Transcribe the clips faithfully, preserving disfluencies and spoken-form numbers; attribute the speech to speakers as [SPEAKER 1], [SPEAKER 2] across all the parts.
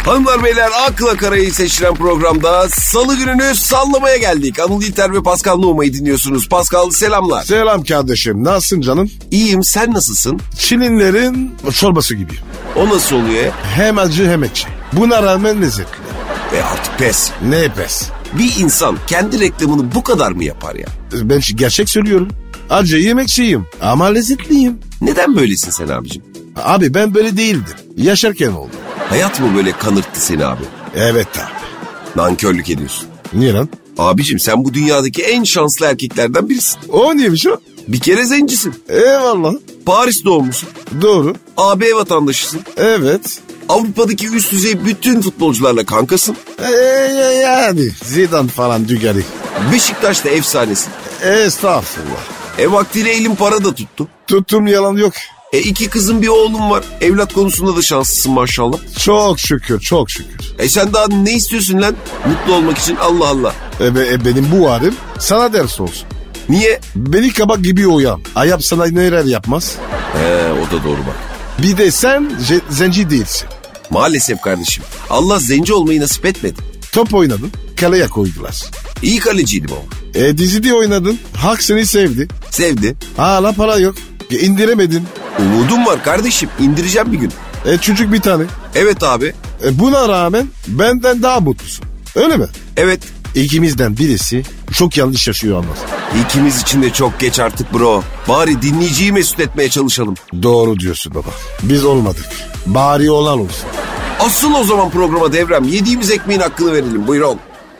[SPEAKER 1] Hanımlar beyler, akla karayı seçilen programda salı gününü sallamaya geldik. Anıl İlter ve Pascal Numa'yı dinliyorsunuz. Pascal selamlar.
[SPEAKER 2] Selam kardeşim, nasılsın canım?
[SPEAKER 1] İyiyim, sen nasılsın?
[SPEAKER 2] Çinlilerin çorbası gibi.
[SPEAKER 1] O nasıl oluyor ya?
[SPEAKER 2] Hem acı hem ekşi. Buna rağmen lezzetli.
[SPEAKER 1] E artık pes.
[SPEAKER 2] Ne pes?
[SPEAKER 1] Bir insan kendi reklamını bu kadar mı yapar ya?
[SPEAKER 2] Ben gerçek söylüyorum. Acıyım ekşiyim ama lezzetliyim.
[SPEAKER 1] Neden böylesin sen abicim?
[SPEAKER 2] Abi ben böyle değildim. Yaşarken oldu.
[SPEAKER 1] Hayat mı böyle kanırttı seni abi?
[SPEAKER 2] Evet abi.
[SPEAKER 1] Nankörlük ediyorsun.
[SPEAKER 2] Niye lan?
[SPEAKER 1] Abicim sen bu dünyadaki en şanslı erkeklerden birisin.
[SPEAKER 2] O neymiş o?
[SPEAKER 1] Bir kere zencisin.
[SPEAKER 2] Eyvallah.
[SPEAKER 1] Paris doğumlusun.
[SPEAKER 2] Doğru.
[SPEAKER 1] A B vatandaşısın.
[SPEAKER 2] Evet.
[SPEAKER 1] Avrupa'daki üst düzey bütün futbolcularla kankasın.
[SPEAKER 2] Ee, yani Zidane falan Dügari.
[SPEAKER 1] Beşiktaş'ta efsanesin.
[SPEAKER 2] Estağfurullah.
[SPEAKER 1] E vaktiyle elin para da tuttu.
[SPEAKER 2] Tuttum yalan yok.
[SPEAKER 1] E iki kızın bir oğlum var. Evlat konusunda da şanslısın maşallah.
[SPEAKER 2] Çok şükür, çok şükür.
[SPEAKER 1] E sen daha ne istiyorsun lan? Mutlu olmak için Allah Allah.
[SPEAKER 2] E, be, e benim bu halim sana ders olsun.
[SPEAKER 1] Niye?
[SPEAKER 2] Beni kabak gibi uyan. Ayıp sana neler yapmaz?
[SPEAKER 1] He, o da doğru bak.
[SPEAKER 2] Bir de sen je- zenci değilsin.
[SPEAKER 1] Maalesef kardeşim. Allah zenci olmayı nasip etmedi.
[SPEAKER 2] Top oynadın, kaleye koydular.
[SPEAKER 1] İyi kaleciydim ama.
[SPEAKER 2] E dizide oynadın, halk seni sevdi.
[SPEAKER 1] Sevdi.
[SPEAKER 2] Hala para yok. E, indiremedin.
[SPEAKER 1] Umudum var kardeşim. İndireceğim bir gün.
[SPEAKER 2] E çocuk bir tane.
[SPEAKER 1] Evet abi.
[SPEAKER 2] E, buna rağmen benden daha mutlusun. Öyle mi?
[SPEAKER 1] Evet.
[SPEAKER 2] İkimizden birisi çok yanlış yaşıyor ama.
[SPEAKER 1] İkimiz için de çok geç artık bro. Bari dinleyiciyi mesut etmeye çalışalım.
[SPEAKER 2] Doğru diyorsun baba. Biz olmadık. Bari olan olsun.
[SPEAKER 1] Asıl o zaman programa devrem. Yediğimiz ekmeğin hakkını verelim. Buyurun.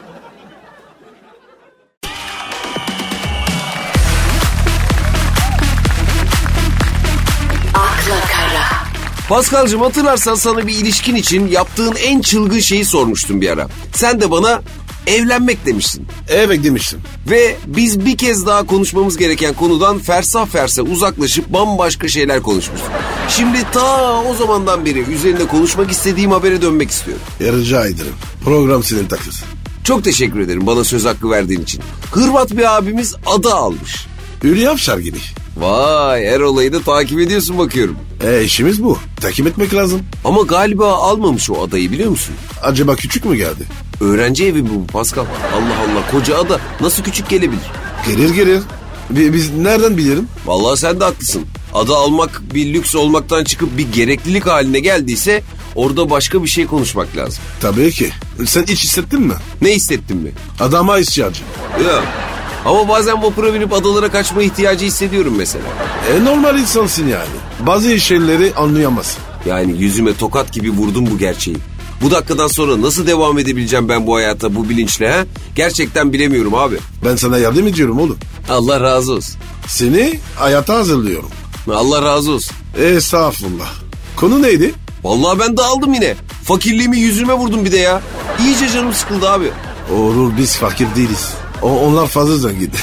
[SPEAKER 1] Pascal'cığım hatırlarsan sana bir ilişkin için yaptığın en çılgın şeyi sormuştum bir ara. Sen de bana evlenmek demiştin.
[SPEAKER 2] Evet demiştim.
[SPEAKER 1] Ve biz bir kez daha konuşmamız gereken konudan fersah fersah uzaklaşıp bambaşka şeyler konuşmuştuk. Şimdi ta o zamandan beri üzerinde konuşmak istediğim habere dönmek istiyorum.
[SPEAKER 2] E, rica ederim. Program senin takısı.
[SPEAKER 1] Çok teşekkür ederim bana söz hakkı verdiğin için. Hırvat bir abimiz ada almış.
[SPEAKER 2] Ürü Avşar gibi.
[SPEAKER 1] Vay, her olayı da takip ediyorsun bakıyorum.
[SPEAKER 2] E işimiz bu. Takip etmek lazım.
[SPEAKER 1] Ama galiba almamış o adayı, biliyor musun?
[SPEAKER 2] Acaba küçük mü geldi?
[SPEAKER 1] Öğrenci evi mi bu Pascal? Allah Allah, koca ada nasıl küçük gelebilir?
[SPEAKER 2] Gelir gelir. Bi- Biz nereden bilirim?
[SPEAKER 1] Vallahi sen de haklısın. Ada almak bir lüks olmaktan çıkıp bir gereklilik haline geldiyse orada başka bir şey konuşmak lazım.
[SPEAKER 2] Tabii ki. Sen hiç hissettin mi?
[SPEAKER 1] Ne hissettin mi?
[SPEAKER 2] Adama ihtiyacı.
[SPEAKER 1] Ya. Ama bazen vapura binip adalara kaçma ihtiyacı hissediyorum mesela.
[SPEAKER 2] E normal insansın yani. Bazı şeyleri anlayamazsın.
[SPEAKER 1] Yani yüzüme tokat gibi vurdum bu gerçeği. Bu dakikadan sonra nasıl devam edebileceğim ben bu hayata bu bilinçle ha? Gerçekten bilemiyorum abi.
[SPEAKER 2] Ben sana yardım ediyorum oğlum.
[SPEAKER 1] Allah razı olsun.
[SPEAKER 2] Seni hayata hazırlıyorum.
[SPEAKER 1] Allah razı olsun.
[SPEAKER 2] Estağfurullah. Konu neydi?
[SPEAKER 1] Vallahi ben dağıldım yine. Fakirliğimi yüzüme vurdum bir de ya. İyice canım sıkıldı abi.
[SPEAKER 2] Oğlum biz fakir değiliz. O, onlar fazla zengin.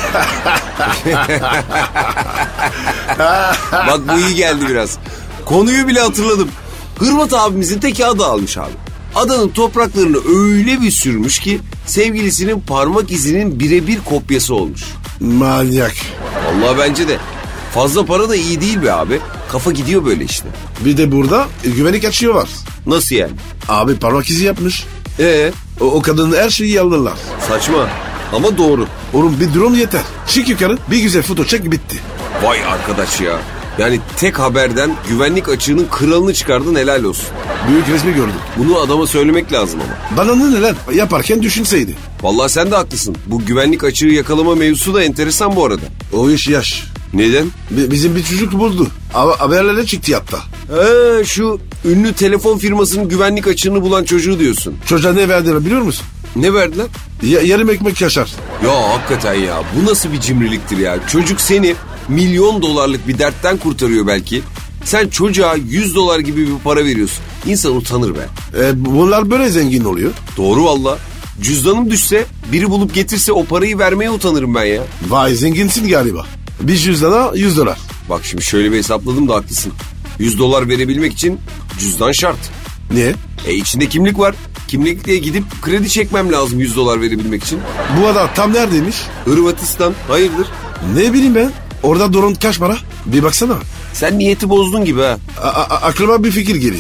[SPEAKER 1] Bak bu iyi geldi biraz. Konuyu bile hatırladım. Hırvat abimizin teki ada almış abi. Adanın topraklarını öyle bir sürmüş ki sevgilisinin parmak izinin birebir kopyası olmuş.
[SPEAKER 2] Manyak.
[SPEAKER 1] Vallahi bence de. Fazla para da iyi değil be abi. Kafa gidiyor böyle işte.
[SPEAKER 2] Bir de burada güvenlik açığı var.
[SPEAKER 1] Nasıl yani?
[SPEAKER 2] Abi parmak izi yapmış.
[SPEAKER 1] Ee,
[SPEAKER 2] O, o kadının her şeyi alırlar.
[SPEAKER 1] saçma ama doğru.
[SPEAKER 2] Oğlum bir drone yeter. Çık yukarı bir güzel foto çek bitti.
[SPEAKER 1] Vay arkadaş ya. Yani tek haberden güvenlik açığının kralını çıkardın, helal olsun.
[SPEAKER 2] Büyük resmi gördüm.
[SPEAKER 1] Bunu adama söylemek lazım ama.
[SPEAKER 2] Bana ne neler yaparken düşünseydi.
[SPEAKER 1] Vallahi sen de haklısın. Bu güvenlik açığı yakalama mevzusu da enteresan bu arada.
[SPEAKER 2] O iş yaş.
[SPEAKER 1] Neden?
[SPEAKER 2] Bi- bizim bir çocuk buldu. Ha- haberlere çıktı hatta.
[SPEAKER 1] He, şu ünlü telefon firmasının güvenlik açığını bulan çocuğu diyorsun.
[SPEAKER 2] Çocuğa ne verdiler biliyor musun?
[SPEAKER 1] Ne verdiler?
[SPEAKER 2] Ya, yarım ekmek kaşar.
[SPEAKER 1] Ya hakikaten ya, bu nasıl bir cimriliktir ya. Çocuk seni milyon dolarlık bir dertten kurtarıyor belki. Sen çocuğa yüz dolar gibi bir para veriyorsun. İnsan utanır be.
[SPEAKER 2] E, bunlar böyle zengin oluyor.
[SPEAKER 1] Doğru valla. Cüzdanım düşse, biri bulup getirse o parayı vermeye utanırım ben ya.
[SPEAKER 2] Vay zenginsin galiba. Bir cüzdana yüz dolar.
[SPEAKER 1] Bak şimdi şöyle bir hesapladım da haklısın. yüz dolar verebilmek için cüzdan şart.
[SPEAKER 2] Niye?
[SPEAKER 1] E içinde kimlik var. Kimlikle gidip kredi çekmem lazım yüz dolar verebilmek için.
[SPEAKER 2] Bu adam tam neredeymiş?
[SPEAKER 1] Hırvatistan, hayırdır?
[SPEAKER 2] Ne bileyim ben. Orada drone kaç para? Bir baksana.
[SPEAKER 1] Sen niyeti bozdun gibi ha.
[SPEAKER 2] A- a- aklıma bir fikir geliyor.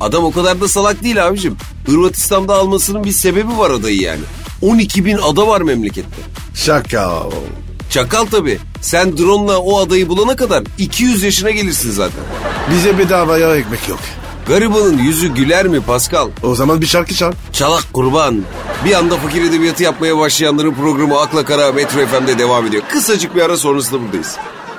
[SPEAKER 1] Adam o kadar da salak değil abicim. Hırvatistan'da almasının bir sebebi var adayı yani. on iki bin ada var memlekette.
[SPEAKER 2] Şaka.
[SPEAKER 1] Çakal tabii. Sen drone'la o adayı bulana kadar iki yüz yaşına gelirsin zaten.
[SPEAKER 2] Bize bedavaya ekmek yok.
[SPEAKER 1] Garibanın yüzü güler mi Pascal?
[SPEAKER 2] O zaman bir şarkı çal.
[SPEAKER 1] Çalak kurban. Bir anda fakir edebiyatı yapmaya başlayanların programı Akla Kara Metro F M'de devam ediyor. Kısacık bir ara sonrasında buradayız.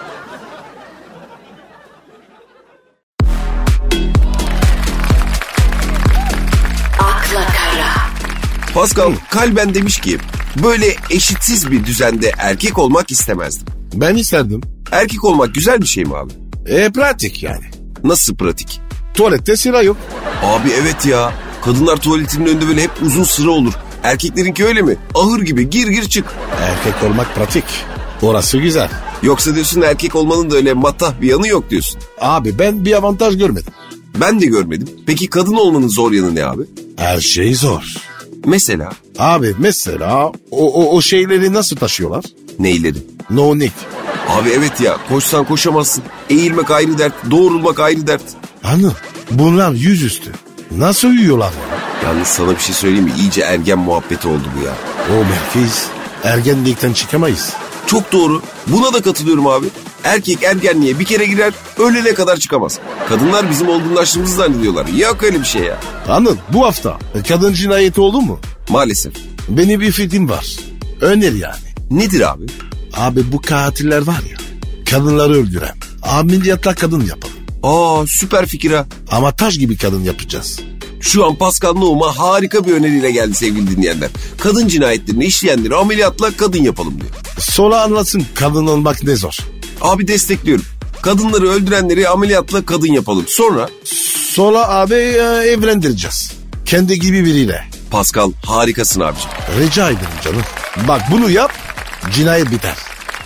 [SPEAKER 3] Akla Kara.
[SPEAKER 1] Pascal kalben demiş ki böyle eşitsiz bir düzende erkek olmak istemezdim.
[SPEAKER 2] Ben isterdim.
[SPEAKER 1] Erkek olmak güzel bir şey mi abi?
[SPEAKER 2] E pratik yani.
[SPEAKER 1] Nasıl pratik?
[SPEAKER 2] Tuvalette sıra yok.
[SPEAKER 1] Abi evet ya. Kadınlar tuvaletinin önünde böyle hep uzun sıra olur. Erkeklerinki öyle mi? Ahır gibi gir gir çık.
[SPEAKER 2] Erkek olmak pratik. Orası güzel.
[SPEAKER 1] Yoksa diyorsun erkek olmanın da öyle matah bir yanı yok diyorsun.
[SPEAKER 2] Abi ben bir avantaj görmedim.
[SPEAKER 1] Ben de görmedim. Peki kadın olmanın zor yanı ne abi?
[SPEAKER 2] Her şey zor.
[SPEAKER 1] Mesela?
[SPEAKER 2] Abi mesela o, o, o şeyleri nasıl taşıyorlar?
[SPEAKER 1] Neyleri?
[SPEAKER 2] No need.
[SPEAKER 1] Abi evet ya, koşsan koşamazsın. Eğilmek ayrı dert, doğrulmak ayrı dert.
[SPEAKER 2] Anı bunlar yüzüstü. Nasıl uyuyorlar?
[SPEAKER 1] Yalnız sana bir şey söyleyeyim mi? İyice ergen muhabbeti oldu bu ya.
[SPEAKER 2] O merkez ergenlikten çıkamayız.
[SPEAKER 1] Çok doğru. Buna da katılıyorum abi. Erkek ergenliğe bir kere girer, ölene kadar çıkamaz. Kadınlar bizim olgunlaştığımızı zannediyorlar. Yok öyle bir şey ya.
[SPEAKER 2] Anıl bu hafta kadın cinayeti oldu mu?
[SPEAKER 1] Maalesef.
[SPEAKER 2] Benim bir fikrim var. Öner yani.
[SPEAKER 1] Nedir abi?
[SPEAKER 2] Abi bu katiller var ya, kadınları öldüren. Ameliyatla kadın yapalım.
[SPEAKER 1] Aa süper fikir ha.
[SPEAKER 2] Ama taş gibi kadın yapacağız.
[SPEAKER 1] Şu an Pascal Nohum'a harika bir öneriyle geldi sevgili dinleyenler. Kadın cinayetlerini işleyenleri ameliyatla kadın yapalım diyor.
[SPEAKER 2] Sonra anlatsın kadın olmak ne zor.
[SPEAKER 1] Abi destekliyorum. Kadınları öldürenleri ameliyatla kadın yapalım. Sonra?
[SPEAKER 2] Sonra abi e, evlendireceğiz. Kendi gibi biriyle.
[SPEAKER 1] Pascal harikasın abiciğim.
[SPEAKER 2] Rica ederim canım. Bak bunu yap, cinayet biter.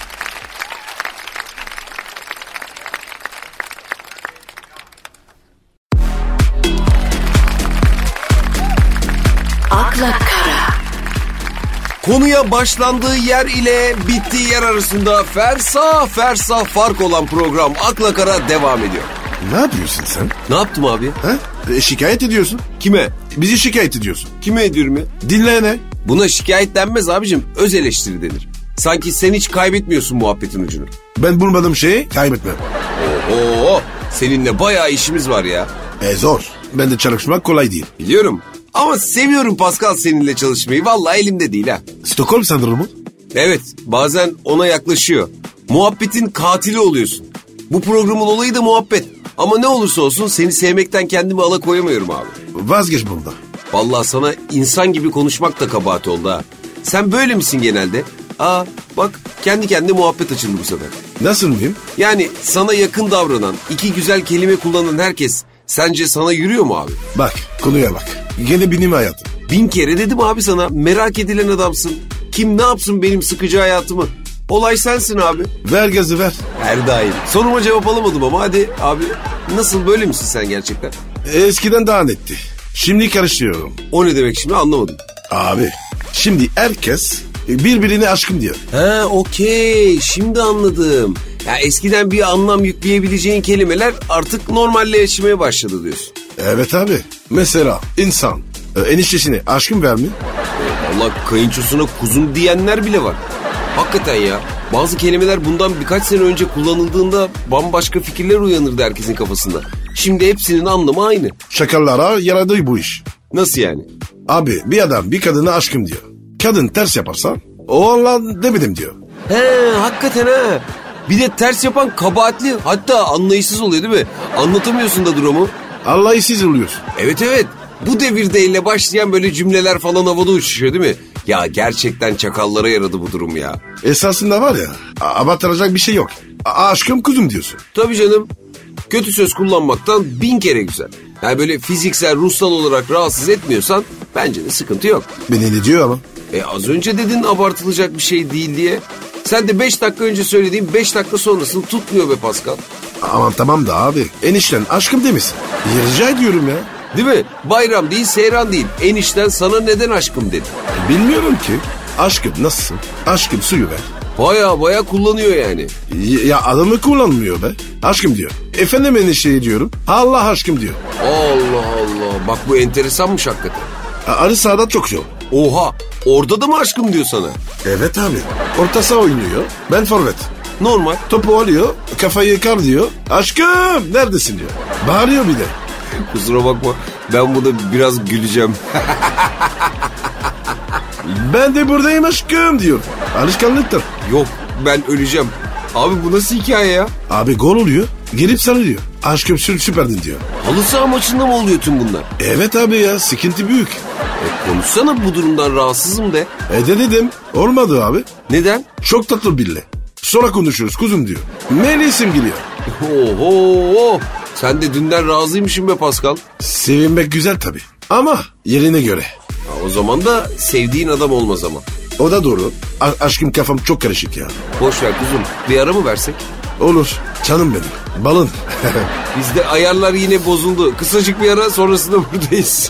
[SPEAKER 3] Akla Kara.
[SPEAKER 1] Konuya başlandığı yer ile bittiği yer arasında fersah fersah fark olan program Akla Kara devam ediyor.
[SPEAKER 2] Ne yapıyorsun sen?
[SPEAKER 1] Ne yaptım abi?
[SPEAKER 2] Ha? E, şikayet ediyorsun.
[SPEAKER 1] Kime?
[SPEAKER 2] Bizi şikayet ediyorsun.
[SPEAKER 1] Kime ediyorum ya?
[SPEAKER 2] Dinleyene.
[SPEAKER 1] Buna şikayet denmez abicim. Öz eleştiri denir. Sanki sen hiç kaybetmiyorsun muhabbetin ucunu.
[SPEAKER 2] Ben bulmadığım şeyi kaybetmem.
[SPEAKER 1] Oo, seninle bayağı işimiz var ya.
[SPEAKER 2] E zor. Ben de çalışmak kolay değil.
[SPEAKER 1] Biliyorum. Ama seviyorum Pascal seninle çalışmayı. Vallahi elimde değil ha.
[SPEAKER 2] Stockholm sendromu.
[SPEAKER 1] Evet, bazen ona yaklaşıyor. Muhabbetin katili oluyorsun. Bu programın olayı da muhabbet. Ama ne olursa olsun seni sevmekten kendimi alakoyamıyorum abi.
[SPEAKER 2] Vazgeç bunda.
[SPEAKER 1] Vallahi sana insan gibi konuşmak da kabahat oldu ha. Sen böyle misin genelde? Aa bak kendi kendine muhabbet açıldı bu sefer.
[SPEAKER 2] Nasıl mıyım?
[SPEAKER 1] Yani sana yakın davranan, iki güzel kelime kullanan herkes sence sana yürüyor mu abi?
[SPEAKER 2] Bak konuya bak. Gene benim hayatım.
[SPEAKER 1] Bin kere dedim abi sana, merak edilen adamsın. Kim ne yapsın benim sıkıcı hayatımı? Olay sensin abi.
[SPEAKER 2] Ver gazı ver.
[SPEAKER 1] Her daim. Soruma cevap alamadım ama hadi abi. Nasıl, böyle misin sen gerçekten?
[SPEAKER 2] Eskiden daha netti. Şimdi karıştırıyorum.
[SPEAKER 1] O ne demek şimdi, anlamadım.
[SPEAKER 2] Abi şimdi herkes birbirine aşkım diyor.
[SPEAKER 1] Ha okey, şimdi anladım. Ya eskiden bir anlam yükleyebileceğin kelimeler artık normalleşmeye başladı diyorsun.
[SPEAKER 2] Evet abi. Mesela insan e, eniştesine aşkım vermiyor.
[SPEAKER 1] Allah, kayınçosuna kuzum diyenler bile var. Hakikaten ya. Bazı kelimeler bundan birkaç sene önce kullanıldığında bambaşka fikirler uyanırdı herkesin kafasında. Şimdi hepsinin anlamı aynı.
[SPEAKER 2] Şakallara yaradı bu iş.
[SPEAKER 1] Nasıl yani?
[SPEAKER 2] Abi bir adam bir kadına aşkım diyor. Kadın ters yaparsa o Allah demedim diyor.
[SPEAKER 1] He hakikaten ha. Bir de ters yapan kabahatli, hatta anlayışsız oluyor değil mi? Anlatamıyorsun da durumu.
[SPEAKER 2] Allah'ı siz oluyorsun.
[SPEAKER 1] Evet evet. Bu devirde ile başlayan böyle cümleler falan havada uçuşuyor değil mi? Ya gerçekten çakallara yaradı bu durum ya.
[SPEAKER 2] Esasında var ya abartılacak bir şey yok. A- aşkım kuzum diyorsun.
[SPEAKER 1] Tabii canım. Kötü söz kullanmaktan bin kere güzel. Yani böyle fiziksel, ruhsal olarak rahatsız etmiyorsan bence de sıkıntı yok.
[SPEAKER 2] Beni ne diyor ama?
[SPEAKER 1] E az önce dedin abartılacak bir şey değil diye. Sen de beş dakika önce söylediğin beş dakika sonrasını tutmuyor be Pascal.
[SPEAKER 2] Aman tamam da abi enişten aşkım demesin. Rica ediyorum ya.
[SPEAKER 1] Değil mi? Bayram değil, seyran değil. Enişten sana neden aşkım dedi.
[SPEAKER 2] Bilmiyorum ki. Aşkım nasılsın? Aşkım suyu ver.
[SPEAKER 1] Baya baya kullanıyor yani.
[SPEAKER 2] Ya, ya adamı kullanmıyor be. Aşkım diyor. Efendim enişte diyorum. Allah aşkım diyor.
[SPEAKER 1] Allah bak bu enteresanmış hakikaten.
[SPEAKER 2] A- Arı sahada çok yol.
[SPEAKER 1] Oha, orada da mı aşkım diyor sana?
[SPEAKER 2] Evet abi. Orta saha oynuyor. Ben forvet.
[SPEAKER 1] Normal.
[SPEAKER 2] Topu alıyor. Kafayı yıkar diyor. Aşkım neredesin diyor. Bağırıyor bir de.
[SPEAKER 1] Kusura bakma, ben buna biraz güleceğim.
[SPEAKER 2] Ben de buradayım aşkım diyor. Alışkanlıktır.
[SPEAKER 1] Yok, ben öleceğim. Abi bu nasıl hikaye ya?
[SPEAKER 2] Abi gol oluyor. Gelip sarılıyor. Aşkım sür süperdin diyor.
[SPEAKER 1] Halı saha maçında mı oluyor tüm bunlar?
[SPEAKER 2] Evet abi ya sıkıntı büyük.
[SPEAKER 1] E, konuşsana bu durumdan rahatsızım de.
[SPEAKER 2] E de dedim. Olmadı abi.
[SPEAKER 1] Neden?
[SPEAKER 2] Çok tatlı bille. Sonra konuşuruz kuzum diyor. Melisim geliyor.
[SPEAKER 1] Oho, sen de dünden razıymışsın be Pascal.
[SPEAKER 2] Sevinmek güzel tabii. Ama yerine göre.
[SPEAKER 1] Ha, o zaman da sevdiğin adam olmaz ama.
[SPEAKER 2] O da doğru. A- aşkım kafam çok karışık ya.
[SPEAKER 1] Boş ver kuzum, bir ara mı versek?
[SPEAKER 2] Olur. Canım benim. Balın.
[SPEAKER 1] Bizde ayarlar yine bozuldu. Kısacık bir ara, sonrasında buradayız.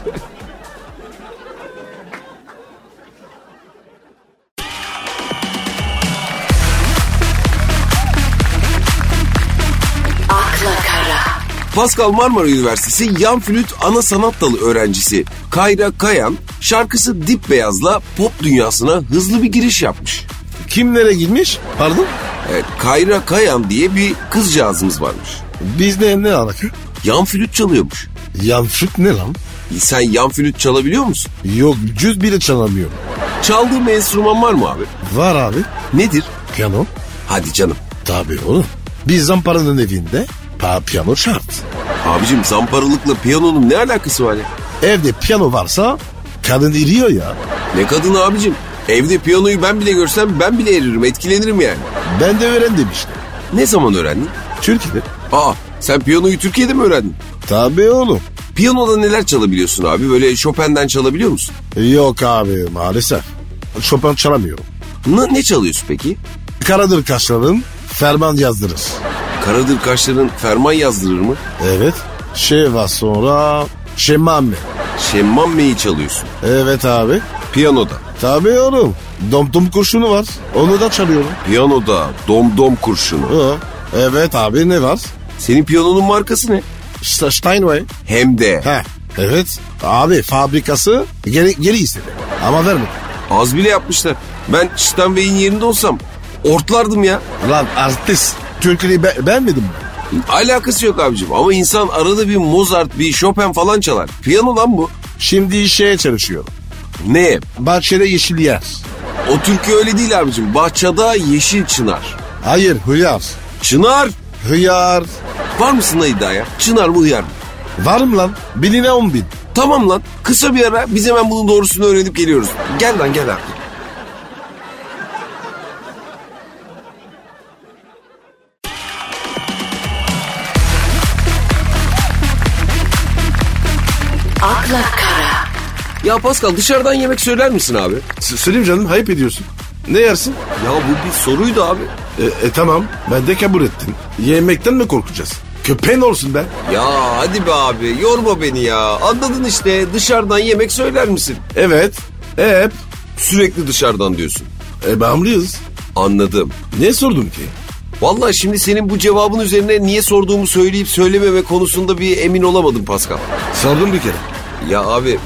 [SPEAKER 3] akla kara,
[SPEAKER 1] Pascal Marmara Üniversitesi Yan Flüt Ana Sanat Dalı öğrencisi Kayra Kayan şarkısı Dip Beyaz'la pop dünyasına hızlı bir giriş yapmış.
[SPEAKER 2] Kimlere girmiş? Pardon?
[SPEAKER 1] Evet, Kayra Kayan diye bir kızcağızımız varmış.
[SPEAKER 2] Biz ne, ne alaka?
[SPEAKER 1] Yan flüt çalıyormuş.
[SPEAKER 2] Yanfık ne lan?
[SPEAKER 1] Sen yan flüt çalabiliyor musun?
[SPEAKER 2] Yok cüz bile çalamıyorum.
[SPEAKER 1] Çaldığın bir enstrüman var mı abi?
[SPEAKER 2] Var abi.
[SPEAKER 1] Nedir?
[SPEAKER 2] Piyano.
[SPEAKER 1] Hadi canım.
[SPEAKER 2] Tabii oğlum. Biz Zampara'nın evinde pa piyano şart.
[SPEAKER 1] Abicim zamparalıkla piyanonun ne alakası var ya?
[SPEAKER 2] Evde piyano varsa kadın eriyor ya.
[SPEAKER 1] Ne kadın abicim? Evde piyanoyu ben bile görsem ben bile eririm, etkilenirim yani.
[SPEAKER 2] Ben de öğrendim işte.
[SPEAKER 1] Ne zaman öğrendin?
[SPEAKER 2] Türkiye'de.
[SPEAKER 1] Aa, sen piyanoyu Türkiye'de mi öğrendin?
[SPEAKER 2] Tabii oğlum.
[SPEAKER 1] Piyanoda neler çalabiliyorsun abi? Böyle Chopin'den çalabiliyor musun?
[SPEAKER 2] Yok abi maalesef. Chopin çalamıyorum.
[SPEAKER 1] Ne, ne çalıyorsun peki?
[SPEAKER 2] Karadır kaşların ferman yazdırır.
[SPEAKER 1] Karadır kaşların ferman yazdırır mı?
[SPEAKER 2] Evet. Şey var sonra şemmame.
[SPEAKER 1] Şemmammeyi çalıyorsun.
[SPEAKER 2] Evet abi.
[SPEAKER 1] Piyanoda.
[SPEAKER 2] Tabii oğlum. Dom dom kurşunu var. Onu da çalıyorum.
[SPEAKER 1] Piyanoda dom dom kurşunu.
[SPEAKER 2] Ha. Evet abi ne var?
[SPEAKER 1] Senin piyanonun markası ne?
[SPEAKER 2] St- Steinway.
[SPEAKER 1] Hem de.
[SPEAKER 2] He. Evet. Abi fabrikası geri, geri istedi. Ama vermedi.
[SPEAKER 1] Az bile yapmışlar. Ben Steinway'in yerinde olsam ortlardım ya.
[SPEAKER 2] Lan artist. Türkiye'yi be- beğenmedin mi?
[SPEAKER 1] Alakası yok abicim. Ama insan arada bir Mozart, bir Chopin falan çalar. Piyano lan bu.
[SPEAKER 2] Şimdi şeye çalışıyorum.
[SPEAKER 1] Ne?
[SPEAKER 2] Bahçede yeşil yer.
[SPEAKER 1] O türkü öyle değil abicim. Bahçede yeşil çınar.
[SPEAKER 2] Hayır hıyar.
[SPEAKER 1] Çınar.
[SPEAKER 2] Hıyar.
[SPEAKER 1] Var mısın da iddiaya? Çınar mı hıyar mı?
[SPEAKER 2] Var mı lan? Biline on bin.
[SPEAKER 1] Tamam lan. Kısa bir ara biz hemen bunun doğrusunu öğrenip geliyoruz. Gel lan gel abi.
[SPEAKER 3] akla kara,
[SPEAKER 1] Ya Pascal dışarıdan yemek söyler misin abi?
[SPEAKER 2] S- söyleyeyim canım hayip ediyorsun. Ne yersin?
[SPEAKER 1] Ya bu bir soruydu abi.
[SPEAKER 2] E, e tamam ben de kabul ettim. Yemekten mi korkacağız? Köpeğin olsun be.
[SPEAKER 1] Ya hadi be abi yorma beni ya. Anladın işte dışarıdan yemek söyler misin?
[SPEAKER 2] Evet. Hep.
[SPEAKER 1] Sürekli dışarıdan diyorsun.
[SPEAKER 2] E bağımlıyız.
[SPEAKER 1] Anladım.
[SPEAKER 2] Ne sordun ki?
[SPEAKER 1] Vallahi şimdi senin bu cevabın üzerine niye sorduğumu söyleyip söylememe konusunda bir emin olamadım Pascal.
[SPEAKER 2] Sordum bir kere.
[SPEAKER 1] Ya abi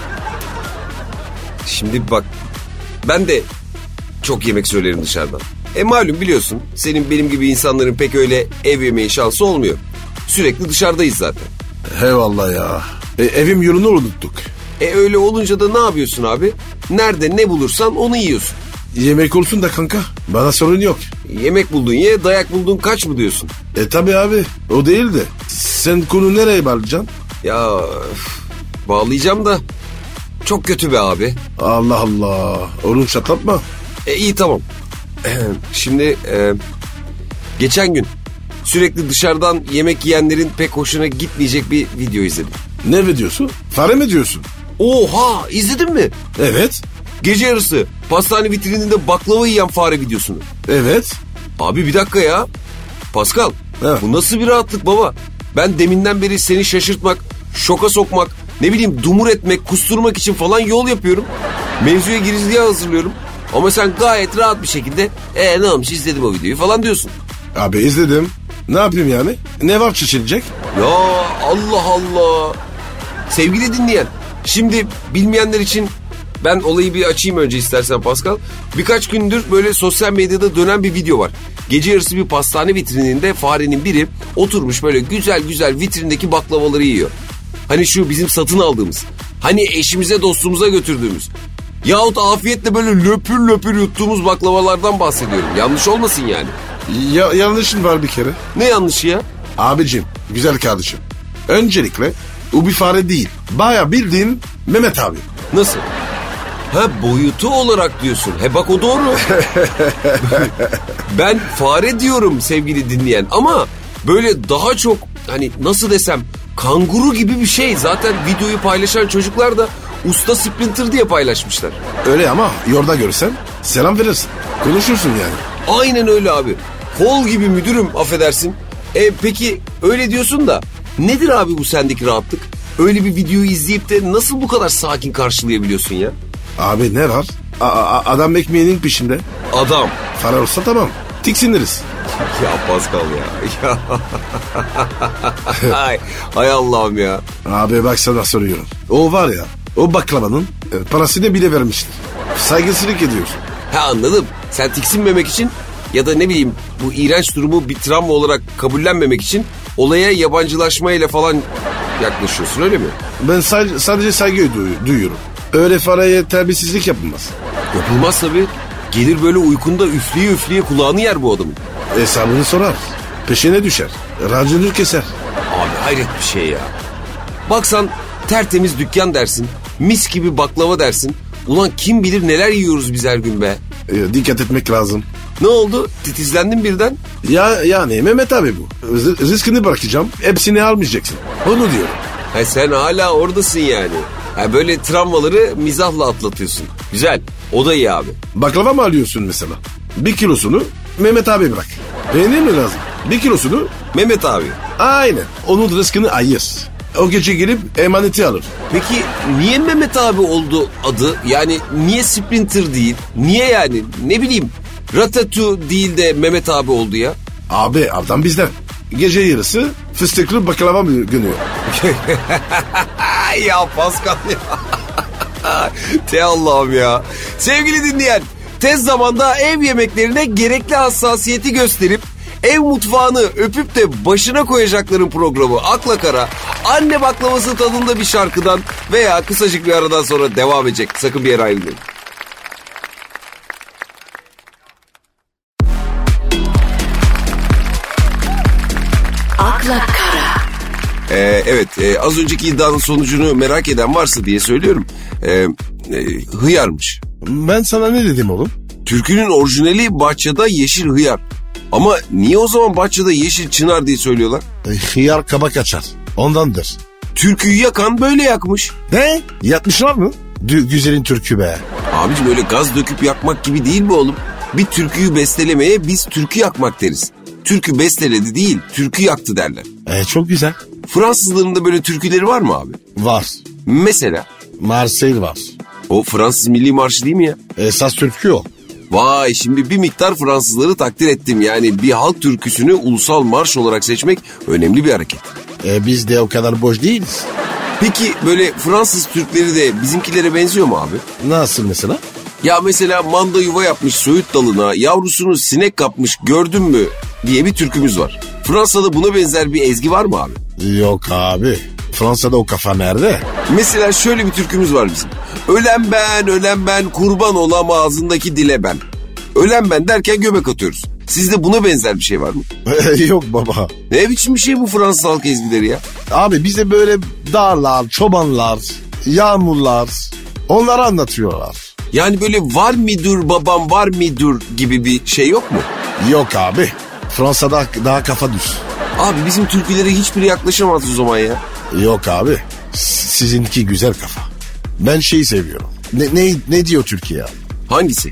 [SPEAKER 1] şimdi bak ben de çok yemek söylerim dışarıdan. E malum biliyorsun senin benim gibi insanların pek öyle ev yemeği şansı olmuyor. Sürekli dışarıdayız zaten.
[SPEAKER 2] Eyvallah ya. E, evim yolunu unuttuk.
[SPEAKER 1] E öyle olunca da ne yapıyorsun abi? Nerede ne bulursan onu yiyorsun.
[SPEAKER 2] Yemek olsun da kanka. Bana sorun yok.
[SPEAKER 1] Yemek buldun ye, dayak buldun kaç mı diyorsun?
[SPEAKER 2] E tabi abi. O değil de. Sen konu nereye bağlayacaksın?
[SPEAKER 1] Ya üf, bağlayacağım da çok kötü be abi.
[SPEAKER 2] Allah Allah. Oğlum çatlatma.
[SPEAKER 1] E iyi tamam. Şimdi e, geçen gün sürekli dışarıdan yemek yiyenlerin pek hoşuna gitmeyecek bir video izledim.
[SPEAKER 2] Ne videosu? Fare mi diyorsun?
[SPEAKER 1] Oha izledin mi?
[SPEAKER 2] Evet.
[SPEAKER 1] Gece yarısı pastane vitrininde baklava yiyen fare videosunu.
[SPEAKER 2] Evet.
[SPEAKER 1] Abi bir dakika ya. Pascal
[SPEAKER 2] He.
[SPEAKER 1] bu nasıl bir rahatlık baba? Ben deminden beri seni şaşırtmak, şoka sokmak, ne bileyim dumur etmek, kusturmak için falan yol yapıyorum. Mevzuya girizliğe hazırlıyorum. Ama sen gayet rahat bir şekilde ee ne olmuş izledim o videoyu falan diyorsun.
[SPEAKER 2] Abi izledim. Ne yapayım yani? Ne var şişirecek?
[SPEAKER 1] Ya Allah Allah. Sevgili dinleyen, şimdi bilmeyenler için ben olayı bir açayım önce istersen Pascal. Birkaç gündür böyle sosyal medyada dönen bir video var. Gece yarısı bir pastane vitrininde farenin biri oturmuş böyle güzel güzel vitrindeki baklavaları yiyor. Hani şu bizim satın aldığımız, hani eşimize dostumuza götürdüğümüz, yahut afiyetle böyle löpür löpür yuttuğumuz baklavalardan bahsediyorum. Yanlış olmasın yani.
[SPEAKER 2] Ya, yanlışın var bir kere.
[SPEAKER 1] Ne yanlışı ya?
[SPEAKER 2] Abicim, güzel kardeşim. Öncelikle o bir fare değil. Baya bildiğin Mehmet abi.
[SPEAKER 1] Nasıl? Ha, boyutu olarak diyorsun. He bak, o doğru. Ben fare diyorum sevgili dinleyen, ama böyle daha çok hani nasıl desem kanguru gibi bir şey. Zaten videoyu paylaşan çocuklar da usta Splinter diye paylaşmışlar.
[SPEAKER 2] Öyle ama yolda görsen selam verirsin. Konuşursun yani.
[SPEAKER 1] Aynen öyle abi. Kol gibi müdürüm, affedersin. E peki öyle diyorsun da nedir abi bu sendeki rahatlık? Öyle bir videoyu izleyip de nasıl bu kadar sakin karşılayabiliyorsun ya?
[SPEAKER 2] Abi ne var? A- a- adam ekmeğinin peşinde.
[SPEAKER 1] Adam.
[SPEAKER 2] Fare olsa tamam. Tiksiniriz.
[SPEAKER 1] Ya Pascal ya. ya. hay, hay Allah'ım ya.
[SPEAKER 2] Abi bak sana soruyorum. O var ya, o baklavanın e, parasını bile vermiştir. Saygısızlık ediyorsun.
[SPEAKER 1] Ha, anladım. Sen tiksinmemek için ya da ne bileyim bu iğrenç durumu bir travma olarak kabullenmemek için olaya yabancılaşmayla falan yaklaşıyorsun, öyle mi?
[SPEAKER 2] Ben sadece, sadece saygı duy- duyuyorum. Öyle fareye terbiyesizlik yapılmaz.
[SPEAKER 1] Yapılmaz tabii. Gelir böyle uykunda üfleye üfleye kulağını yer bu adamın.
[SPEAKER 2] Hesabını sorar. Peşine düşer. Racını keser.
[SPEAKER 1] Abi hayret bir şey ya. Baksan tertemiz dükkan dersin. Mis gibi baklava dersin. Ulan kim bilir neler yiyoruz biz her gün be.
[SPEAKER 2] E, dikkat etmek lazım.
[SPEAKER 1] Ne oldu? Titizlendin birden.
[SPEAKER 2] Ya yani Mehmet abi bu. R- Rızkını bırakacağım. Hepsini almayacaksın. Onu diyorum.
[SPEAKER 1] Ha, sen hala oradasın yani. Ha, böyle travmaları mizahla atlatıyorsun. Güzel. O da iyi abi.
[SPEAKER 2] Baklava mı alıyorsun mesela? Bir kilosunu Mehmet abi bırak. Peynir mi lazım? Bir kilosunu
[SPEAKER 1] Mehmet abi.
[SPEAKER 2] aynen. Onun rızkını ayır. O gece gelip emaneti alır.
[SPEAKER 1] Peki niye Mehmet abi oldu adı? Yani niye Splinter değil? Niye yani? Ne bileyim, Ratatouille değil de Mehmet abi oldu ya?
[SPEAKER 2] Abi adam bizden. Gece yarısı fıstıklı baklava mı günüyor?
[SPEAKER 1] ya Pascal ya. Te Allah'ım ya. Sevgili dinleyen, tez zamanda ev yemeklerine gerekli hassasiyeti gösterip ev mutfağını öpüp de başına koyacakların programı Akla Kara, anne baklavası tadında bir şarkıdan veya kısacık bir aradan sonra devam edecek. Sakın bir yere ayrılmayın.
[SPEAKER 3] Akla Kara.
[SPEAKER 1] Ee, evet, e, az önceki iddianın sonucunu merak eden varsa diye söylüyorum. Ee, e, hıyarmış.
[SPEAKER 2] Ben sana ne dedim oğlum?
[SPEAKER 1] Türkünün orijinali bahçede yeşil hıyar. Ama niye o zaman bahçede yeşil çınar diye söylüyorlar?
[SPEAKER 2] E, hıyar kabak açar. Ondandır.
[SPEAKER 1] Türküyü yakan böyle yakmış.
[SPEAKER 2] Ne? Yatmışlar mı? Dü- güzelin türkü be.
[SPEAKER 1] Abicim öyle gaz döküp yakmak gibi değil mi oğlum? Bir türküyü bestelemeye biz türkü yakmak deriz. Türkü besteledi değil, türkü yaktı derler.
[SPEAKER 2] E, çok güzel.
[SPEAKER 1] Fransızların da böyle türküleri var mı abi?
[SPEAKER 2] Var.
[SPEAKER 1] Mesela?
[SPEAKER 2] Marseille var.
[SPEAKER 1] O Fransız milli marşı değil mi ya?
[SPEAKER 2] Esas türkü o.
[SPEAKER 1] Vay, şimdi bir miktar Fransızları takdir ettim. Yani bir halk türküsünü ulusal marş olarak seçmek önemli bir hareket.
[SPEAKER 2] E, biz de o kadar boş değiliz.
[SPEAKER 1] Peki böyle Fransız Türkleri de bizimkilere benziyor mu abi?
[SPEAKER 2] Nasıl mesela?
[SPEAKER 1] Ya mesela manda yuva yapmış söğüt dalına, yavrusunu sinek kapmış gördün mü diye bir türkümüz var. Fransa'da buna benzer bir ezgi var mı abi?
[SPEAKER 2] Yok abi. Fransa'da o kafa nerede?
[SPEAKER 1] Mesela şöyle bir türkümüz var bizim. Ölen ben, ölen ben, kurban olam ağzındaki dile ben. Ölen ben derken göbek atıyoruz. Sizde buna benzer bir şey var mı?
[SPEAKER 2] Yok baba.
[SPEAKER 1] Ne biçim bir şey bu Fransız halk ezgileri ya?
[SPEAKER 2] Abi bize böyle dağlar, çobanlar, yağmurlar onları anlatıyorlar.
[SPEAKER 1] Yani böyle var mıdır babam var mıdır gibi bir şey yok mu?
[SPEAKER 2] Yok abi. Fransa'da daha kafa düz.
[SPEAKER 1] Abi bizim türkülere hiçbiri yaklaşamaz o zaman ya.
[SPEAKER 2] Yok abi. Sizinki güzel kafa. Ben şeyi seviyorum. Ne, ne, ne diyor Türkiye?
[SPEAKER 1] Hangisi?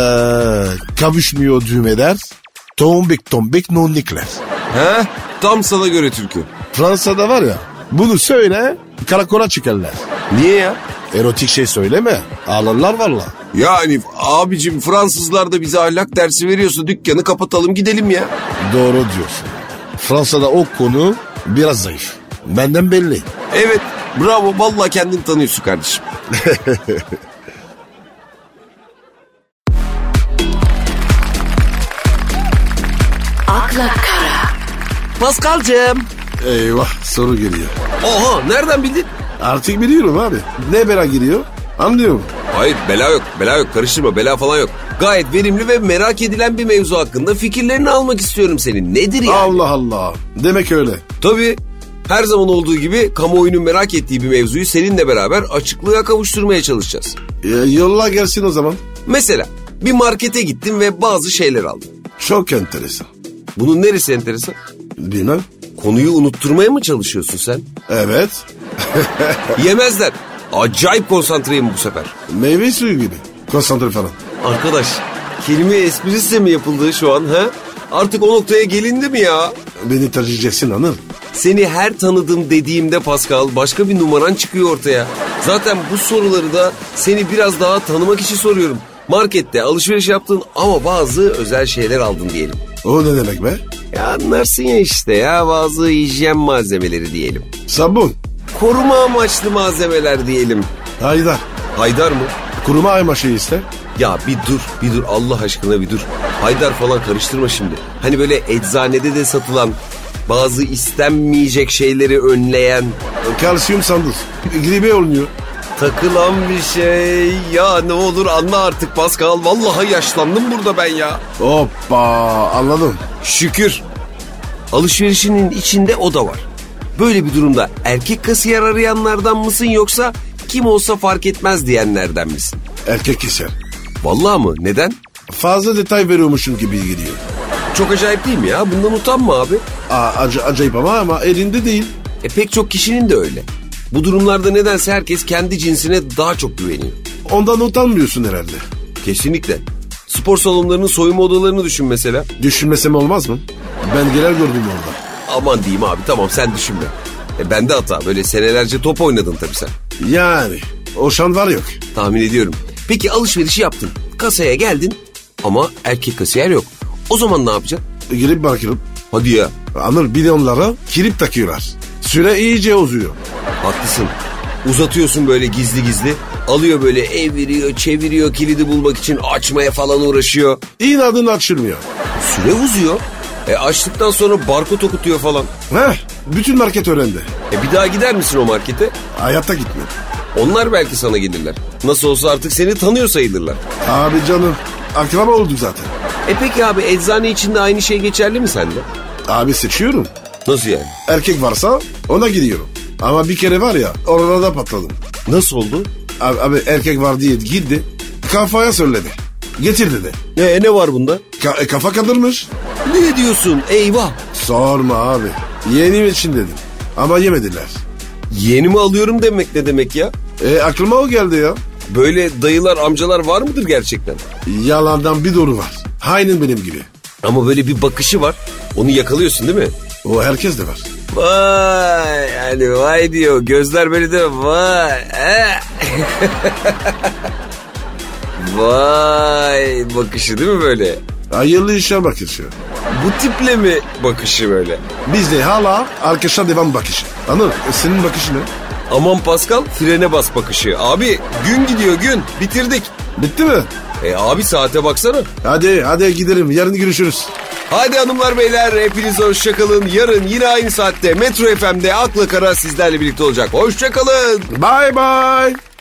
[SPEAKER 2] Ee, kavuşmuyor düğmeler. Tombik tombik nonnikler.
[SPEAKER 1] He? Tam sana göre türkü.
[SPEAKER 2] Fransa'da var ya, bunu söyle karakola çıkarlar.
[SPEAKER 1] Niye ya?
[SPEAKER 2] Erotik şey söyleme. Ağlarlar valla.
[SPEAKER 1] Yani abicim Fransızlar da bize ahlak dersi veriyorsa dükkanı kapatalım gidelim ya.
[SPEAKER 2] Doğru diyorsun. Fransa'da o konu biraz zayıf. Benden belli.
[SPEAKER 1] Evet, Bravo, vallahi kendini tanıyorsun kardeşim.
[SPEAKER 3] Akla Kara.
[SPEAKER 1] Paskal'cığım.
[SPEAKER 2] Eyvah, soru geliyor.
[SPEAKER 1] Oha, nereden bildin?
[SPEAKER 2] Artık biliyorum abi. Ne bela giriyor? Anlıyorum.
[SPEAKER 1] Hayır, bela yok, bela yok, karıştırma, bela falan yok. Gayet verimli ve merak edilen bir mevzu hakkında fikirlerini almak istiyorum senin. Nedir yani?
[SPEAKER 2] Allah Allah. Demek öyle.
[SPEAKER 1] Tabii. Her zaman olduğu gibi kamuoyunun merak ettiği bir mevzuyu seninle beraber açıklığa kavuşturmaya çalışacağız.
[SPEAKER 2] E, yolla gelsin o zaman.
[SPEAKER 1] Mesela bir markete gittin ve bazı şeyler aldın.
[SPEAKER 2] Çok enteresan.
[SPEAKER 1] Bunun neresi enteresan?
[SPEAKER 2] Bilmem.
[SPEAKER 1] Konuyu unutturmaya mı çalışıyorsun sen?
[SPEAKER 2] Evet.
[SPEAKER 1] Yemezler. Acayip konsantreyim bu sefer.
[SPEAKER 2] Meyve suyu gibi. Konsantre falan.
[SPEAKER 1] Arkadaş, kelime esprisi mi yapıldı şu an ha? Artık o noktaya gelindi mi ya?
[SPEAKER 2] Beni tercih edeceksin Anıl.
[SPEAKER 1] Seni her tanıdım dediğimde Pascal başka bir numaran çıkıyor ortaya. Zaten bu soruları da seni biraz daha tanımak için soruyorum. Markette alışveriş yaptın ama bazı özel şeyler aldın diyelim.
[SPEAKER 2] O ne demek be?
[SPEAKER 1] Ya anlarsın ya işte ya, bazı hijyen malzemeleri diyelim.
[SPEAKER 2] Sabun.
[SPEAKER 1] Koruma amaçlı malzemeler diyelim.
[SPEAKER 2] Haydar.
[SPEAKER 1] Haydar mı?
[SPEAKER 2] Kuruma ayma şey iste.
[SPEAKER 1] Ya bir dur, bir dur Allah aşkına bir dur. Haydar falan karıştırma şimdi. Hani böyle eczanede de satılan bazı istenmeyecek şeyleri önleyen...
[SPEAKER 2] Kalsiyum sanduz. Gribe oluyor.
[SPEAKER 1] Takılan bir şey. Ya ne olur anla artık Pascal. Vallahi yaşlandım burada ben ya.
[SPEAKER 2] Hoppa, anladım.
[SPEAKER 1] Şükür. Alışverişinin içinde o da var. Böyle bir durumda erkek kasiyer arayanlardan mısın yoksa kim olsa fark etmez diyenlerden misin?
[SPEAKER 2] Erkek keser.
[SPEAKER 1] Vallahi mı? Neden?
[SPEAKER 2] Fazla detay veriyormuşum gibi geliyor.
[SPEAKER 1] Çok acayip değil mi ya? Bundan utanma abi.
[SPEAKER 2] Aa, ac- acayip ama ama elinde değil.
[SPEAKER 1] E pek çok kişinin de öyle. Bu durumlarda nedense herkes kendi cinsine daha çok güveniyor.
[SPEAKER 2] Ondan utanmıyorsun herhalde.
[SPEAKER 1] Kesinlikle. Spor salonlarının soyunma odalarını düşün mesela.
[SPEAKER 2] Düşünmesem olmaz mı? Ben genel gördüm orada.
[SPEAKER 1] Aman diyeyim abi, tamam sen düşünme. E bende hata, böyle senelerce top oynadın tabii sen.
[SPEAKER 2] Yani o şan var yok.
[SPEAKER 1] Tahmin ediyorum. Peki alışverişi yaptın. Kasaya geldin ama erkek kasiyer yok. O zaman ne yapacaksın?
[SPEAKER 2] Girip bakıyorum.
[SPEAKER 1] Hadi ya.
[SPEAKER 2] Anır bir de onlara kilip takıyorlar. Süre iyice uzuyor.
[SPEAKER 1] Haklısın. Uzatıyorsun böyle gizli gizli. Alıyor böyle, eviriyor, çeviriyor, kilidi bulmak için açmaya falan uğraşıyor.
[SPEAKER 2] İnadın açılmıyor.
[SPEAKER 1] Süre uzuyor. E açtıktan sonra barkod okutuyor falan.
[SPEAKER 2] Heh, bütün market öğrendi.
[SPEAKER 1] E bir daha gider misin o markete?
[SPEAKER 2] Hayatta gitmiyor.
[SPEAKER 1] Onlar belki sana gelirler. Nasıl olsa artık seni tanıyor sayılırlar.
[SPEAKER 2] Abi canım, akraba olduk zaten.
[SPEAKER 1] E peki abi, eczane içinde aynı şey geçerli mi sende?
[SPEAKER 2] Abi seçiyorum.
[SPEAKER 1] Nasıl yani?
[SPEAKER 2] Erkek varsa ona gidiyorum. Ama bir kere var ya, orada patladım.
[SPEAKER 1] Nasıl oldu?
[SPEAKER 2] Abi, abi erkek var diye gitti. Kafaya söyledi. Getir dedi.
[SPEAKER 1] E ne var bunda?
[SPEAKER 2] Ka- e, kafa kaldırmış.
[SPEAKER 1] Ne diyorsun? Eyvah.
[SPEAKER 2] Sorma abi. Yeğenim için dedim. Ama yemediler.
[SPEAKER 1] Yeğenimi alıyorum demek ne demek ya?
[SPEAKER 2] E aklıma o geldi ya.
[SPEAKER 1] Böyle dayılar, amcalar var mıdır gerçekten?
[SPEAKER 2] Yalandan bir doğru var. Aynen benim gibi.
[SPEAKER 1] Ama böyle bir bakışı var. Onu yakalıyorsun değil mi?
[SPEAKER 2] O herkes de var.
[SPEAKER 1] Vay yani, vay diyor. Gözler böyle de vay. Eh. Vay bakışı değil mi böyle?
[SPEAKER 2] Hayırlı işler bakışı.
[SPEAKER 1] Bu tiple mi bakışı böyle?
[SPEAKER 2] Bizde hala arkadaşlar devam bakışı. Anladın? E, senin bakışı ne?
[SPEAKER 1] Aman Pascal, frene bas bakışı. Abi gün gidiyor gün. Bitirdik.
[SPEAKER 2] Bitti mi?
[SPEAKER 1] E abi saate baksana.
[SPEAKER 2] Hadi hadi gidelim. Yarın görüşürüz.
[SPEAKER 1] Hadi hanımlar beyler, hepiniz hoşçakalın. Yarın yine aynı saatte Metro F M'de Akla Kara sizlerle birlikte olacak. Hoşçakalın.
[SPEAKER 2] Bye bye.